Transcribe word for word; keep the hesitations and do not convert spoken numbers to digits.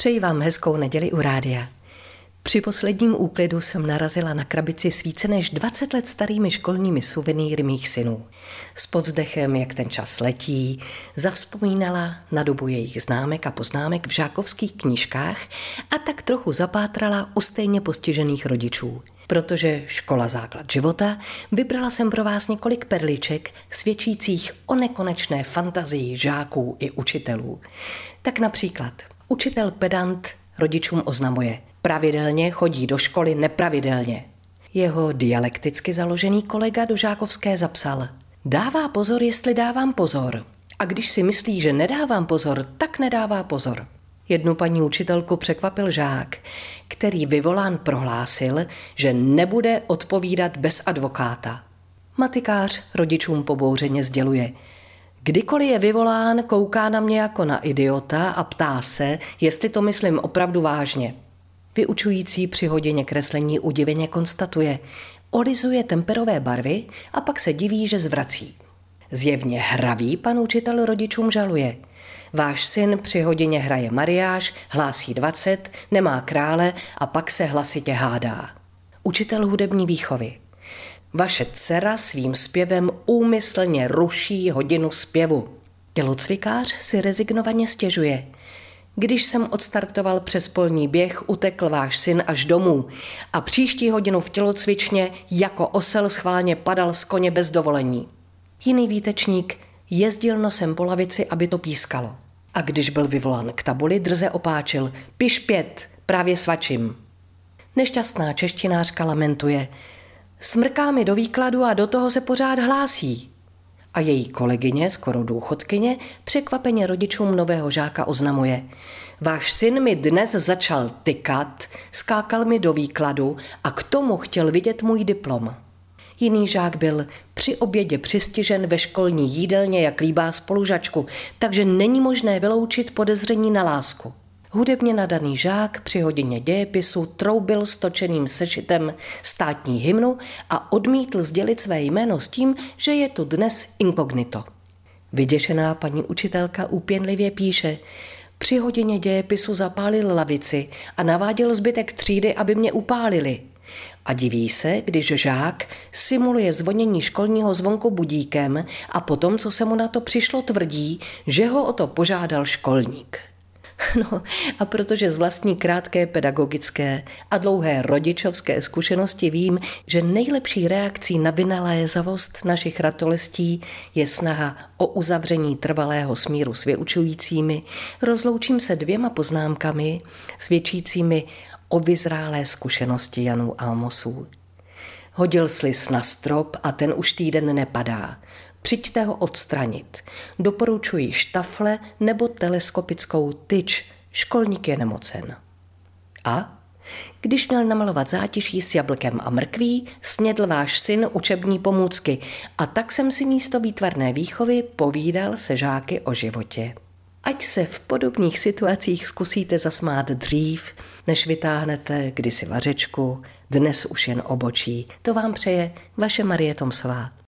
Přeji vám hezkou neděli u rádia. Při posledním úklidu jsem narazila na krabici s více než dvacet let starými školními suvenýry mých synů. S povzdechem, jak ten čas letí, zavzpomínala na dobu jejich známek a poznámek v žákovských knížkách a tak trochu zapátrala u stejně postižených rodičů. Protože škola základ života, vybrala jsem pro vás několik perliček svědčících o nekonečné fantazii žáků i učitelů. Tak například učitel pedant rodičům oznamuje: pravidelně chodí do školy nepravidelně. Jeho dialekticky založený kolega do žákovské zapsal: dává pozor, jestli dávám pozor. A když si myslí, že nedávám pozor, tak nedává pozor. Jednu paní učitelku překvapil žák, který vyvolán prohlásil, že nebude odpovídat bez advokáta. Matikář rodičům pobouřeně sděluje: kdykoliv je vyvolán, kouká na mě jako na idiota a ptá se, jestli to myslím opravdu vážně. Vyučující při hodině kreslení udiveně konstatuje: olizuje temperové barvy a pak se diví, že zvrací. Zjevně hravý pan učitel rodičům žaluje: váš syn při hodině hraje mariáš, hlásí dvacet, nemá krále a pak se hlasitě hádá. Učitel hudební výchovy: vaše dcera svým zpěvem úmyslně ruší hodinu zpěvu. Tělocvikář si rezignovaně stěžuje: když jsem odstartoval přes polní běh, utekl váš syn až domů a příští hodinu v tělocvičně jako osel schválně padal z koně bez dovolení. Jiný výtečník jezdil nosem po lavici, aby to pískalo. A když byl vyvolán k tabuli, drze opáčil: piš pět, právě svačím. Nešťastná češtinářka lamentuje: smrká mi do výkladu a do toho se pořád hlásí. A její kolegyně, skoro důchodkyně, překvapeně rodičům nového žáka oznamuje: váš syn mi dnes začal tykat, skákal mi do výkladu a k tomu chtěl vidět můj diplom. Jiný žák byl při obědě přistižen ve školní jídelně, jak líbá spolužačku, takže není možné vyloučit podezření na lásku. Hudebně nadaný žák při hodině dějepisu troubil stočeným sešitem státní hymnu a odmítl sdělit své jméno s tím, že je tu dnes inkognito. Vyděšená paní učitelka úpěnlivě píše: při hodině dějepisu zapálil lavici a naváděl zbytek třídy, aby mě upálili. A diví se, když žák simuluje zvonění školního zvonku budíkem a potom, co se mu na to přišlo, tvrdí, že ho o to požádal školník. No a protože z vlastní krátké pedagogické a dlouhé rodičovské zkušenosti vím, že nejlepší reakcí na vynalézavost našich ratolestí je snaha o uzavření trvalého smíru s vyučujícími, rozloučím se dvěma poznámkami svědčícími o vyzrálé zkušenosti Janů a Amosů. Hodil sliz na strop a ten už týden nepadá. Přijďte ho odstranit. Doporučuji štafle nebo teleskopickou tyč. Školník je nemocen. A když měl namalovat zátiší s jablkem a mrkví, snědl váš syn učební pomůcky a tak jsem si místo výtvarné výchovy povídal se žáky o životě. Ať se v podobných situacích zkusíte zasmát dřív, než vytáhnete kdysi vařečku, dnes už jen obočí. To vám přeje vaše Marie Tomsová.